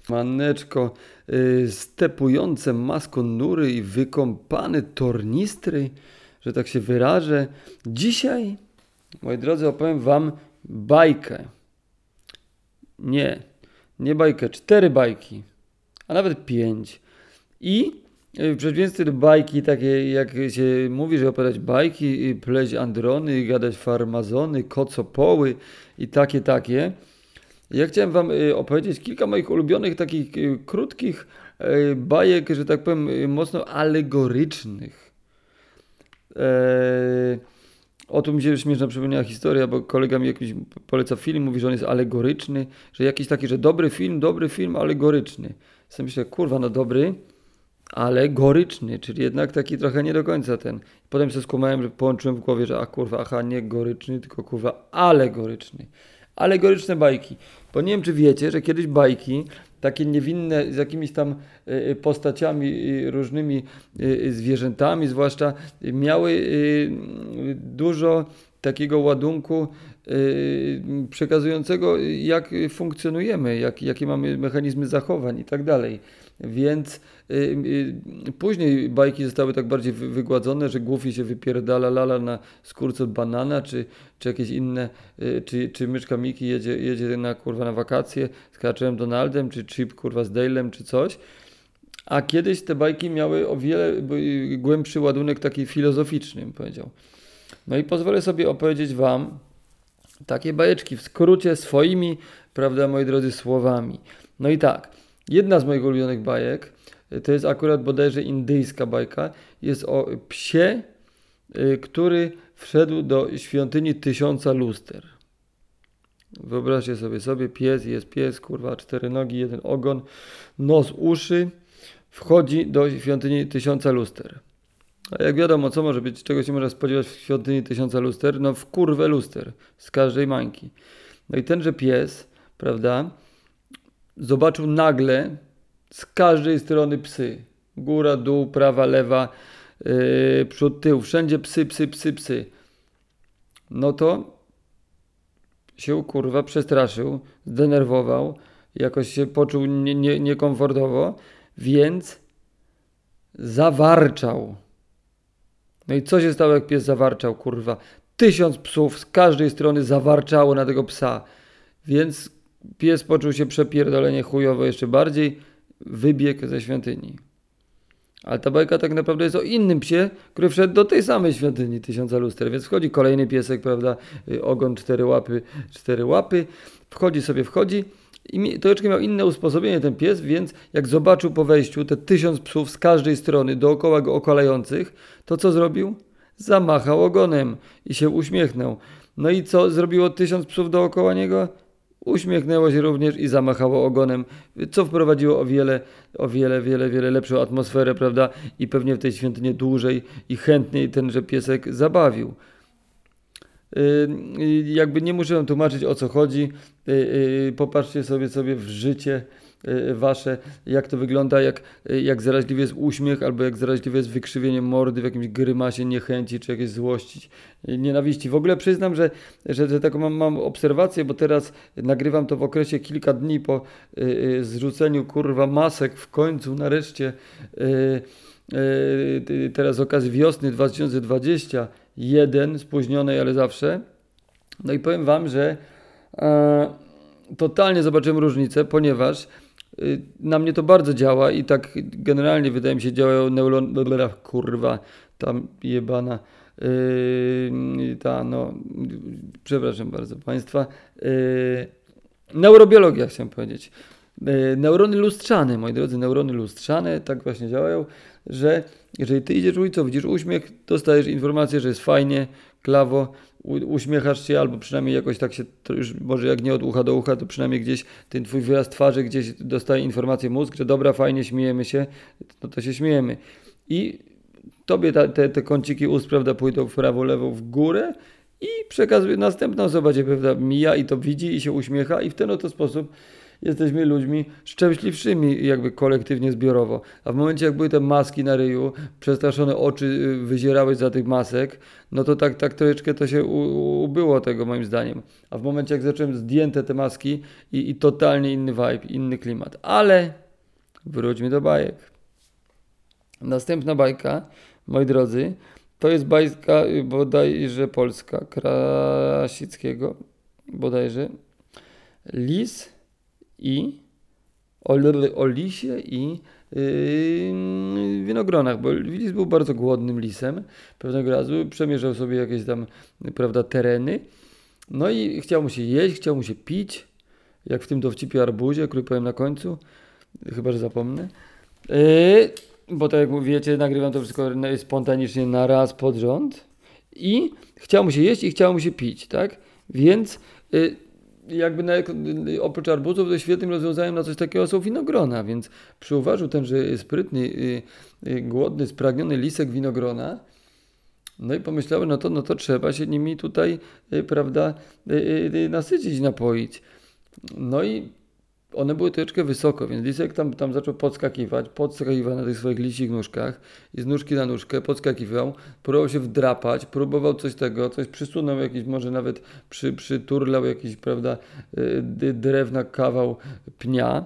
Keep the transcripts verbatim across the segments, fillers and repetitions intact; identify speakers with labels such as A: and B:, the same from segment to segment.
A: Maneczko, y, stepujące maską nury i wykąpany tornistry, że tak się wyrażę. Dzisiaj, moi drodzy, opowiem wam bajkę. Nie, nie bajkę, cztery bajki, a nawet pięć. I y, w przeciwieństwie do bajki, takie jak się mówi, że opowiadać bajki, y, pleść androny, gadać farmazony, kocopoły i takie, takie. Ja chciałem wam y, opowiedzieć kilka moich ulubionych takich y, krótkich y, bajek, że tak powiem, y, mocno alegorycznych. Eee, o tu mi się śmieszna przypomniała historia, bo kolega mi jakiś poleca film, mówi, że on jest alegoryczny, że jakiś taki, że dobry film, dobry film alegoryczny. Sobie myślę, kurwa, no dobry, ale goryczny, czyli jednak taki trochę nie do końca ten. Potem się skumałem, że połączyłem w głowie, że a kurwa, aha, nie goryczny, tylko kurwa alegoryczny. Alegoryczne bajki. Bo nie wiem, czy wiecie, że kiedyś bajki, takie niewinne, z jakimiś tam y, postaciami, y, różnymi y, zwierzętami zwłaszcza, y, miały y, dużo takiego ładunku y, przekazującego, jak funkcjonujemy, jak, jakie mamy mechanizmy zachowań i tak dalej. Więc y, y, później bajki zostały tak bardziej wy, wygładzone, że Goofy się wypierdala lala na skórce od banana, czy, czy jakieś inne, y, czy, czy myszka Miki jedzie, jedzie na kurwa na wakacje z Kaczem Donaldem, czy Chip kurwa z Dale'em, czy coś. A kiedyś te bajki miały o wiele głębszy ładunek taki filozoficzny, bym powiedział. No i pozwolę sobie opowiedzieć wam takie bajeczki w skrócie swoimi, prawda, moi drodzy, słowami. No i tak, jedna z moich ulubionych bajek, to jest akurat bodajże indyjska bajka, jest o psie, y, który wszedł do świątyni tysiąca luster. Wyobraźcie sobie, sobie pies, jest pies, kurwa, cztery nogi, jeden ogon, nos, uszy, wchodzi do świątyni tysiąca luster. A jak wiadomo, co może być, czego się można spodziewać w świątyni tysiąca luster? No w kurwę luster, z każdej mańki. No i tenże pies, prawda, zobaczył nagle z każdej strony psy. Góra, dół, prawa, lewa, yy, przód, tył. Wszędzie psy, psy, psy, psy. No to się kurwa przestraszył, zdenerwował, jakoś się poczuł nie, nie, niekomfortowo, więc zawarczał. No i co się stało, jak pies zawarczał, kurwa? Tysiąc psów z każdej strony zawarczało na tego psa. Więc pies poczuł się przepierdolenie chujowo jeszcze bardziej, wybiegł ze świątyni. Ale ta bajka tak naprawdę jest o innym psie, który wszedł do tej samej świątyni tysiąca luster. Więc wchodzi kolejny piesek, prawda, ogon, cztery łapy, cztery łapy. Wchodzi sobie, wchodzi. I troszeczkę miał inne usposobienie ten pies, więc jak zobaczył po wejściu te tysiąc psów z każdej strony dookoła go okalających, to co zrobił? Zamachał ogonem i się uśmiechnął. No i co zrobiło tysiąc psów dookoła niego? Uśmiechnęło się również i zamachało ogonem, co wprowadziło o wiele, o wiele, wiele, wiele lepszą atmosferę, prawda? I pewnie w tej świątyni dłużej i chętniej tenże piesek zabawił. Yy, jakby nie muszę wam tłumaczyć, o co chodzi. Yy, yy, popatrzcie sobie sobie w życie yy, wasze, jak to wygląda, jak, yy, jak zaraźliwy jest uśmiech, albo jak zaraźliwe jest wykrzywienie mordy w jakimś grymasie niechęci, czy jakiejś złości, yy, nienawiści. W ogóle przyznam, że, że, że taką mam, mam obserwację, bo teraz nagrywam to w okresie kilka dni po yy, yy, zrzuceniu kurwa masek w końcu, nareszcie yy, yy, teraz z okazji wiosny dwa tysiące dwudziestego jeden, spóźnionej, ale zawsze. No i powiem wam, że e, totalnie zobaczyłem różnicę, ponieważ y, na mnie to bardzo działa i tak generalnie wydaje mi się działają neurony, kurwa, tam jebana, y, ta no, przepraszam bardzo państwa, y, neurobiologia chciałem powiedzieć. Y, neurony lustrzane, moi drodzy, neurony lustrzane tak właśnie działają, że jeżeli ty idziesz ulicą, widzisz uśmiech, dostajesz informację, że jest fajnie, klawo, u, uśmiechasz się, albo przynajmniej jakoś tak się, to już może jak nie od ucha do ucha, to przynajmniej gdzieś ten twój wyraz twarzy, gdzieś dostaje informację mózg, że dobra, fajnie, śmiejemy się, no to się śmiejemy. I tobie ta, te, te kąciki ust, prawda, pójdą w prawo, lewo, w górę i przekazuje, następna osoba cię, prawda, mija i to widzi i się uśmiecha i w ten oto sposób jesteśmy ludźmi szczęśliwszymi jakby kolektywnie, zbiorowo. A w momencie jak były te maski na ryju, przestraszone oczy wyzierały za tych masek, no to tak, tak troszeczkę to się u, ubyło tego moim zdaniem. A w momencie jak zacząłem zdjęte te maski i, i totalnie inny vibe, inny klimat. Ale wróćmy do bajek. Następna bajka, moi drodzy, to jest bajka bodajże polska, Krasickiego, bodajże. Lis i o, o lisie i yy, winogronach, bo lis był bardzo głodnym lisem. Pewnego razu przemierzał sobie jakieś tam, prawda, tereny. No i chciał mu się jeść, chciał mu się pić, jak w tym dowcipie arbuzie, który powiem na końcu, chyba że zapomnę. Yy, bo tak jak wiecie, nagrywam to wszystko spontanicznie na raz pod rząd i chciał mu się jeść i chciał mu się pić, tak? Więc yy, jakby na, oprócz arbuzów to świetnym rozwiązaniem na coś takiego są winogrona, więc przyuważył ten, że sprytny, yy, yy, głodny, spragniony lisek winogrona, no i pomyślałem, no to, no to trzeba się nimi tutaj, yy, prawda, yy, yy, nasycić, napoić. No i one były troszeczkę wysoko, więc lisek tam, tam zaczął podskakiwać, podskakiwał na tych swoich lisich nóżkach i z nóżki na nóżkę podskakiwał, próbował się wdrapać, próbował coś tego, coś przysunął jakiś, może nawet przy, przyturlał jakiś, prawda, drewna, kawał pnia,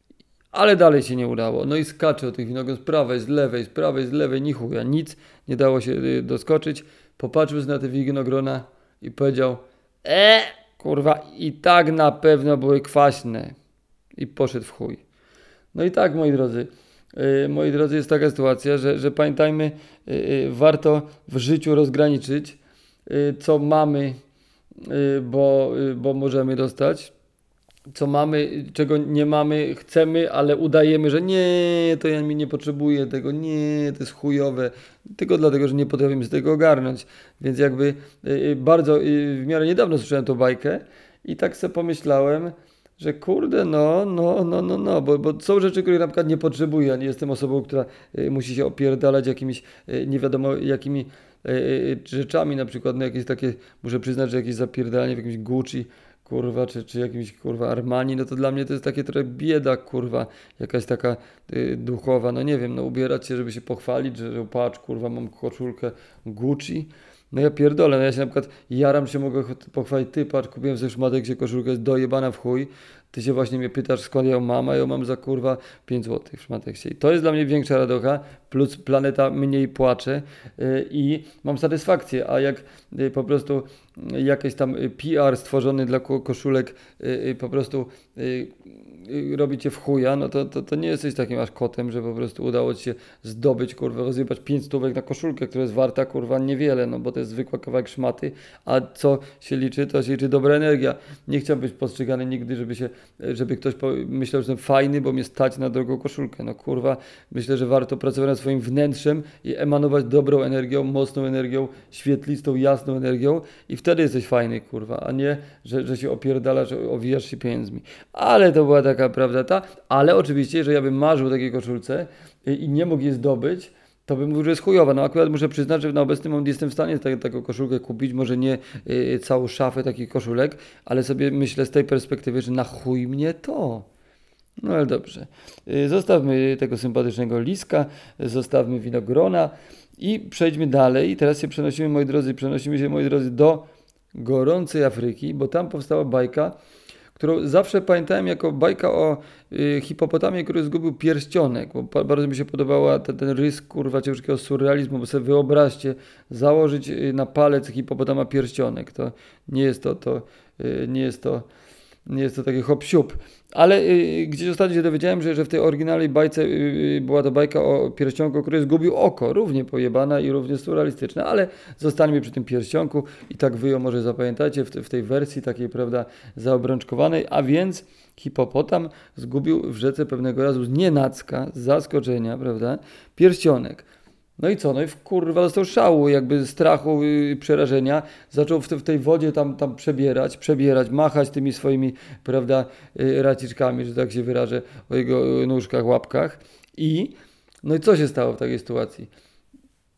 A: ale dalej się nie udało. No i skacze od tych winogron z prawej, z lewej, z prawej, z lewej, ni chuja, nic, nie dało się doskoczyć. Popatrzył na te winogrona i powiedział, e, kurwa, i tak na pewno były kwaśne. I poszedł w chuj. No i tak, moi drodzy, yy, moi drodzy, jest taka sytuacja, że, że pamiętajmy, yy, warto w życiu rozgraniczyć, yy, co mamy, yy, bo, yy, bo możemy dostać, co mamy, czego nie mamy, chcemy, ale udajemy, że nie, to ja mi nie potrzebuję tego, nie, to jest chujowe, tylko dlatego, że nie potrafimy z tego ogarnąć. Więc jakby yy, bardzo, yy, w miarę niedawno słyszałem tą bajkę i tak sobie pomyślałem, że kurde, no, no, no, no, no, bo, bo są rzeczy, których na przykład nie potrzebuję. Ja nie jestem osobą, która y, musi się opierdalać jakimiś y, nie wiadomo jakimi y, y, rzeczami, na przykład no, jakieś takie, muszę przyznać, że jakieś zapierdalanie w jakimś Gucci, kurwa, czy, czy jakimś, kurwa, Armani, no to dla mnie to jest takie trochę bieda, kurwa, jakaś taka y, duchowa, no nie wiem, no ubierać się, żeby się pochwalić, że, że patrz, kurwa, mam koszulkę Gucci. No ja pierdolę, no ja się na przykład jaram się, mogę pochwalić, ty patrz, kupiłem ze szmatek, gdzie koszulka jest dojebana w chuj, ty się właśnie mnie pytasz, skąd ja ją mam, a ją mam za kurwa pięć złotych w szmateksie. I to jest dla mnie większa radocha, plus planeta mniej płacze yy, i mam satysfakcję, a jak yy, po prostu yy, jakiś tam yy, P R stworzony dla ko- koszulek yy, po prostu yy, yy, robi cię w chuja, no to, to, to nie jesteś takim aż kotem, że po prostu udało ci się zdobyć, kurwa, rozjebać pięć stówek na koszulkę, która jest warta, kurwa, niewiele, no bo to jest zwykła kawałek szmaty, a co się liczy, to się liczy dobra energia. Nie chciałbym być postrzegany nigdy, żeby się, żeby ktoś myślał, że jestem fajny, bo mnie stać na drogą koszulkę. No kurwa, myślę, że warto pracować nad swoim wnętrzem i emanować dobrą energią, mocną energią, świetlistą, jasną energią i wtedy jesteś fajny, kurwa, a nie, że, że się opierdalasz, owijasz się pieniędzmi. Ale to była taka prawda ta, ale oczywiście, że ja bym marzył o takiej koszulce i, i nie mógł jej zdobyć, to bym mówił, że jest chujowa. No akurat muszę przyznać, że na obecny moment jestem w stanie tak, taką koszulkę kupić, może nie y, całą szafę takich koszulek, ale sobie myślę z tej perspektywy, że na chuj mnie to. No ale dobrze. Y, zostawmy tego sympatycznego liska, y, zostawmy winogrona i przejdźmy dalej. Teraz się przenosimy, moi drodzy, przenosimy się, moi drodzy, do gorącej Afryki, bo tam powstała bajka, którą zawsze pamiętałem jako bajka o y, hipopotamie, który zgubił pierścionek, bo pa, bardzo mi się podobała ten, ten rys, kurwa, ciężkiego surrealizmu, bo sobie wyobraźcie, założyć y, na palec hipopotama pierścionek, to nie jest to, to y, nie jest to nie jest to taki hop-siup. Ale y, gdzieś ostatnio się dowiedziałem, że, że w tej oryginalnej bajce y, była to bajka o pierścionku, który zgubił oko. Równie pojebana i równie surrealistyczna, ale zostańmy przy tym pierścionku i tak wy ją może zapamiętacie w, w tej wersji takiej, prawda, zaobrączkowanej. A więc hipopotam zgubił w rzece pewnego razu z nienacka, z zaskoczenia, prawda, pierścionek. No i co? No i w kurwa dostał szału, jakby strachu, yy, przerażenia. Zaczął w, te, w tej wodzie tam, tam przebierać, przebierać, machać tymi swoimi, prawda, yy, raciczkami, że tak się wyrażę, o jego yy, nóżkach, łapkach. I no i co się stało w takiej sytuacji?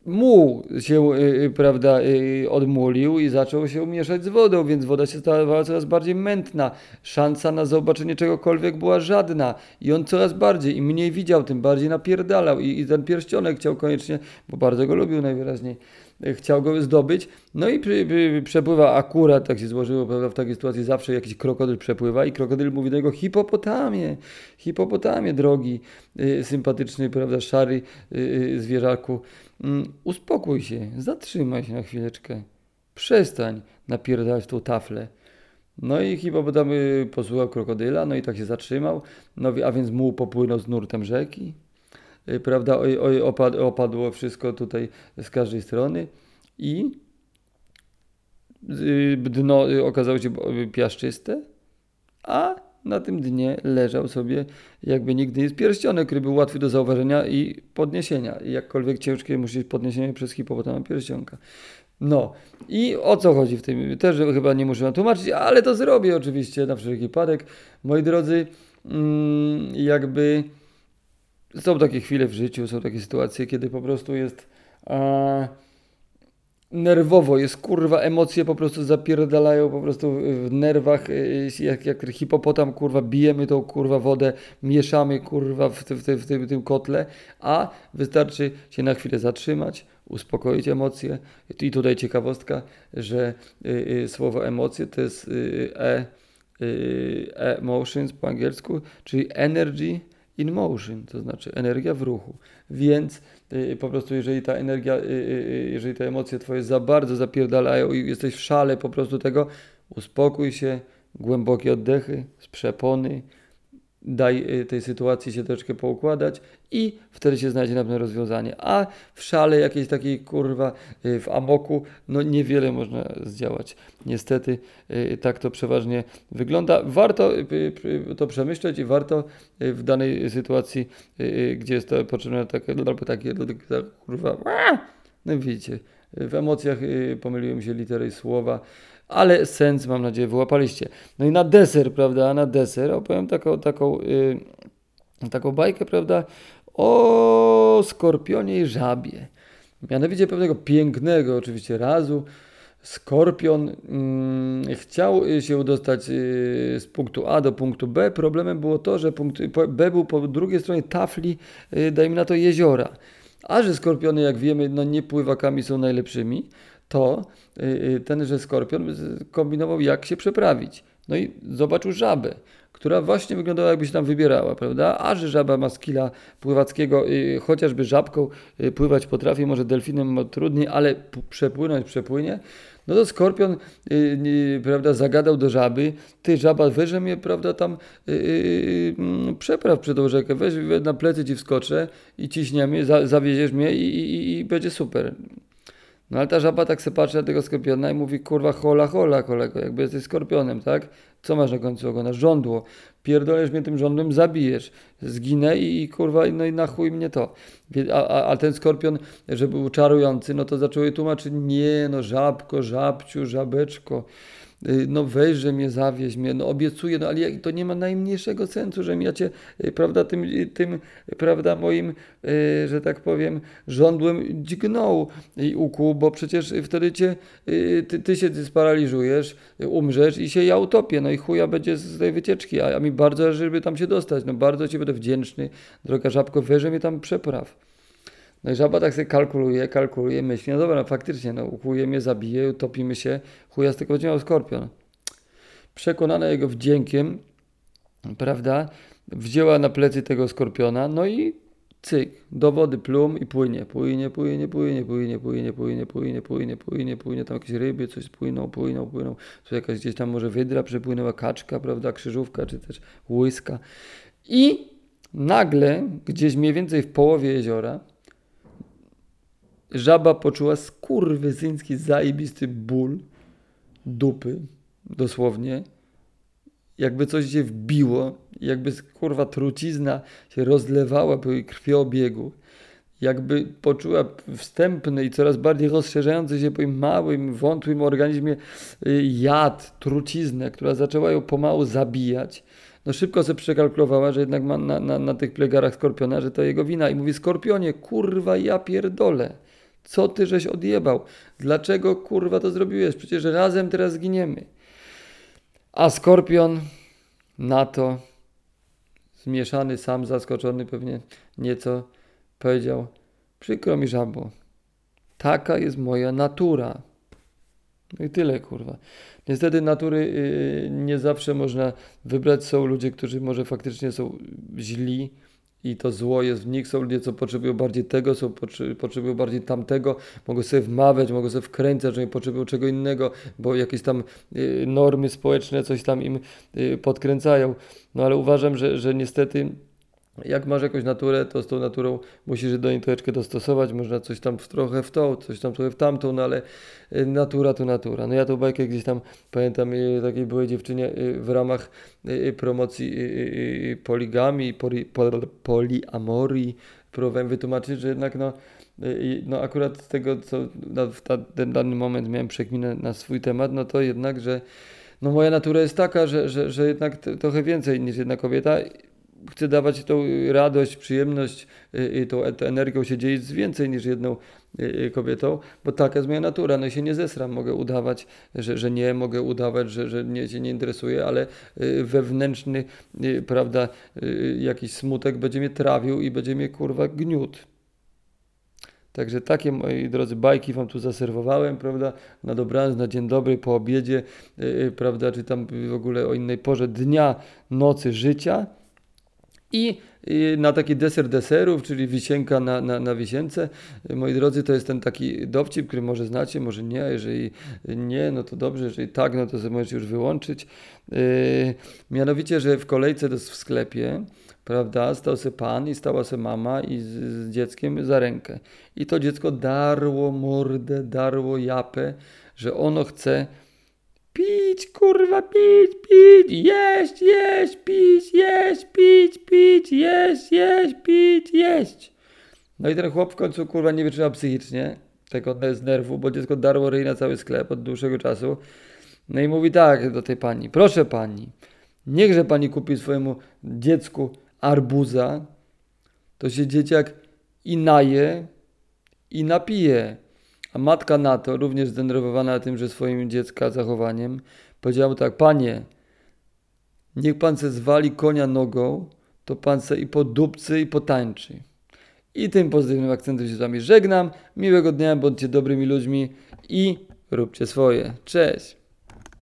A: muł się, y, prawda, y, odmulił i zaczął się mieszać z wodą, więc woda się stawała coraz bardziej mętna. Szansa na zobaczenie czegokolwiek była żadna i on coraz bardziej, im mniej widział, tym bardziej napierdalał i, i ten pierścionek chciał koniecznie, bo bardzo go lubił najwyraźniej, y, chciał go zdobyć. No i przy, przy, przepływa akurat, tak się złożyło, prawda, w takiej sytuacji zawsze jakiś krokodyl przepływa i krokodyl mówi do niego: hipopotamie, hipopotamie drogi, y, sympatyczny, prawda, szary y, y, zwierzaku. Mm, uspokój się, zatrzymaj się na chwileczkę, przestań napierdalać tą taflę. No i hipopotam y, posłuchał krokodyla, no i tak się zatrzymał, no a więc muł popłynął z nurtem rzeki, y, prawda, oj, oj, opad, opadło wszystko tutaj z każdej strony i y, dno y, okazało się y, piaszczyste, a na tym dnie leżał sobie, jakby nigdy jest, pierścionek, który był łatwy do zauważenia i podniesienia. I jakkolwiek ciężkie musi być podniesienie przez hipopotama pierścionka. No i o co chodzi w tym? Też chyba nie muszę wam tłumaczyć, ale to zrobię oczywiście na wszelki wypadek. Moi drodzy, mm, jakby są takie chwile w życiu, są takie sytuacje, kiedy po prostu jest... A, nerwowo jest, kurwa, emocje po prostu zapierdalają po prostu w nerwach, jak, jak hipopotam, kurwa, bijemy tą, kurwa, wodę, mieszamy, kurwa, w, w, w, w, tym, w tym kotle, a wystarczy się na chwilę zatrzymać, uspokoić emocje. I tutaj ciekawostka, że y, y, słowo emocje to jest y, e, y, emotions po angielsku, czyli energy in motion, to znaczy energia w ruchu. Więc y, po prostu jeżeli ta energia, y, y, jeżeli te emocje twoje za bardzo zapierdalają i jesteś w szale po prostu tego, uspokój się, głębokie oddechy z przepony, daj y, tej sytuacji się troszeczkę poukładać i wtedy się znajdzie na pewno rozwiązanie. A w szale jakiejś takiej, kurwa, y, w amoku, no niewiele można zdziałać. Niestety y, tak to przeważnie wygląda. Warto y, y, to przemyśleć i warto y, w danej sytuacji, y, y, gdzie jest to potrzebne takie, albo takie, takie kurwa, no widzicie, w emocjach y, pomyliły mi się litery i słowa, ale sens, mam nadzieję, wyłapaliście. No i na deser, prawda, na deser opowiem taką, taką, yy, taką bajkę, prawda, o skorpionie i żabie. Mianowicie pewnego pięknego oczywiście razu skorpion yy, chciał się dostać yy, z punktu A do punktu B. Problemem było to, że punkt B był po drugiej stronie tafli, yy, dajmy na to, jeziora. A że skorpiony, jak wiemy, no nie pływakami są najlepszymi, to yy, tenże skorpion kombinował, jak się przeprawić. No i zobaczył żabę, która właśnie wyglądała, jakby się tam wybierała, prawda? A że żaba ma skilla pływackiego, yy, chociażby żabką yy, pływać potrafi, może delfinem ma trudniej, ale p- przepłynąć przepłynie. No to skorpion, yy, yy, prawda, zagadał do żaby: ty, żaba, weź mnie, prawda, tam yy, yy, przepraw przed tą rzekę, weź na plecy ci wskoczę i ciśniemy, za, zawieziesz mnie i, i, i będzie super. No ale ta żaba tak se patrzy na tego skorpiona i mówi: kurwa, hola, hola, kolego, jakby jesteś skorpionem, tak? Co masz na końcu ogona? Żądło. Pierdolisz mnie tym żądłem, zabijesz. Zginę i, i kurwa, no i na chuj mnie to. A, a, a ten skorpion, że był czarujący, no to zaczął jej tłumaczyć: nie, no żabko, żabciu, żabeczko, no weź, że mnie zawieź mnie, no obiecuję, no ale to nie ma najmniejszego sensu, że ja cię, prawda, tym, tym prawda, moim, że tak powiem, żądłem dźgnął i ukuł, bo przecież wtedy cię, ty, ty się sparaliżujesz, umrzesz i się ja utopię, no i chuja będzie z tej wycieczki, a, a mi bardzo, żeby tam się dostać, no bardzo ci będę wdzięczny, droga żabko, weź, że mnie tam przepraw. No i żaba tak sobie kalkuluje, kalkuluje, myśli: no dobra, no faktycznie, no ukłuje mnie, zabije, utopimy się, chuja z tego będzie miał skorpion. Przekonana jego wdziękiem, prawda, wzięła na plecy tego skorpiona, no i cyk, do wody plum i płynie, płynie, płynie, płynie, płynie, płynie, płynie, płynie, płynie, płynie, płynie, tam jakieś ryby, coś płyną, płyną, płyną, tu jakaś gdzieś tam może wydra przepłynęła, kaczka, prawda, krzyżówka, czy też łyska i nagle, gdzieś mniej więcej w połowie jeziora, żaba poczuła skurwysyński, zajebisty ból dupy, dosłownie. Jakby coś się wbiło, jakby kurwa trucizna się rozlewała po jej krwiobiegu. Jakby poczuła wstępny i coraz bardziej rozszerzający się po jej małym, wątłym organizmie jad, truciznę, która zaczęła ją pomału zabijać. No szybko sobie przekalkulowała, że jednak ma na, na, na tych plegarach skorpiona, że to jego wina. I mówi: skorpionie, kurwa, ja pierdolę. Co ty żeś odjebał? Dlaczego kurwa to zrobiłeś? Przecież razem teraz zginiemy. A Skorpion na to, zmieszany, sam zaskoczony pewnie nieco, powiedział: przykro mi, żabo, taka jest moja natura. No i tyle, kurwa. Niestety natury yy, nie zawsze można wybrać. Są ludzie, którzy może faktycznie są źli i to zło jest w nich. Są ludzie, co potrzebują bardziej tego, są potrze- potrzebują bardziej tamtego. Mogą sobie wmawiać, mogą sobie wkręcać, że nie potrzebują czego innego, bo jakieś tam yy, normy społeczne coś tam im yy, podkręcają. No ale uważam, że, że niestety jak masz jakąś naturę, to z tą naturą musisz do niej troszeczkę dostosować, można coś tam w trochę w tą, coś tam trochę w tamtą, no ale y, natura to natura. No ja tą bajkę gdzieś tam pamiętam, y, takiej byłej dziewczynie y, w ramach y, promocji y, y, poligami, poli, pol, poliamorii próbowałem wytłumaczyć, że jednak no, y, no akurat z tego, co na, w ta, ten dany moment miałem przekminę na swój temat, no to jednak, że no moja natura jest taka, że, że, że jednak t- trochę więcej niż jedna kobieta. Chcę dawać tą radość, przyjemność i tą, tą energią się dzielić z więcej niż jedną y, kobietą, bo taka jest moja natura. No i się nie zesram, mogę udawać, że, że nie, mogę udawać, że, że mnie się nie interesuje, ale y, wewnętrzny, y, prawda, y, jakiś smutek będzie mnie trawił i będzie mnie kurwa gniótł. Także takie, moi drodzy, bajki wam tu zaserwowałem, prawda, na dobranoc, na dzień dobry, po obiedzie, yy, prawda, czy tam w ogóle o innej porze dnia, nocy, życia. I y, na taki deser deserów, czyli wisienka na, na, na wisience, y, moi drodzy, to jest ten taki dowcip, który może znacie, może nie, a jeżeli nie, no to dobrze, jeżeli tak, no to sobie możecie już wyłączyć. Yy, mianowicie, że w kolejce to jest w sklepie, prawda, stał se pan i stała se mama i z, z dzieckiem za rękę. I to dziecko darło mordę, darło japę, że ono chce pić, kurwa, pić, pić, jeść, jeść, pić, jeść, pić, pić, jeść, jeść, pić, jeść. No i ten chłop w końcu, kurwa, nie wytrzymał psychicznie tego z nerwu, bo dziecko darło ryj na cały sklep od dłuższego czasu. No i mówi tak do tej pani: proszę pani, niechże pani kupi swojemu dziecku arbuza, to się dzieciak i naje, i napije. A matka na to, również zdenerwowana tym, że swoim dziecka zachowaniem, powiedziała mu tak: panie, niech pan se zwali konia nogą, to pan se i podupcy, i potańczy. I tym pozytywnym akcentem się z wami żegnam. Miłego dnia, bądźcie dobrymi ludźmi i róbcie swoje. Cześć!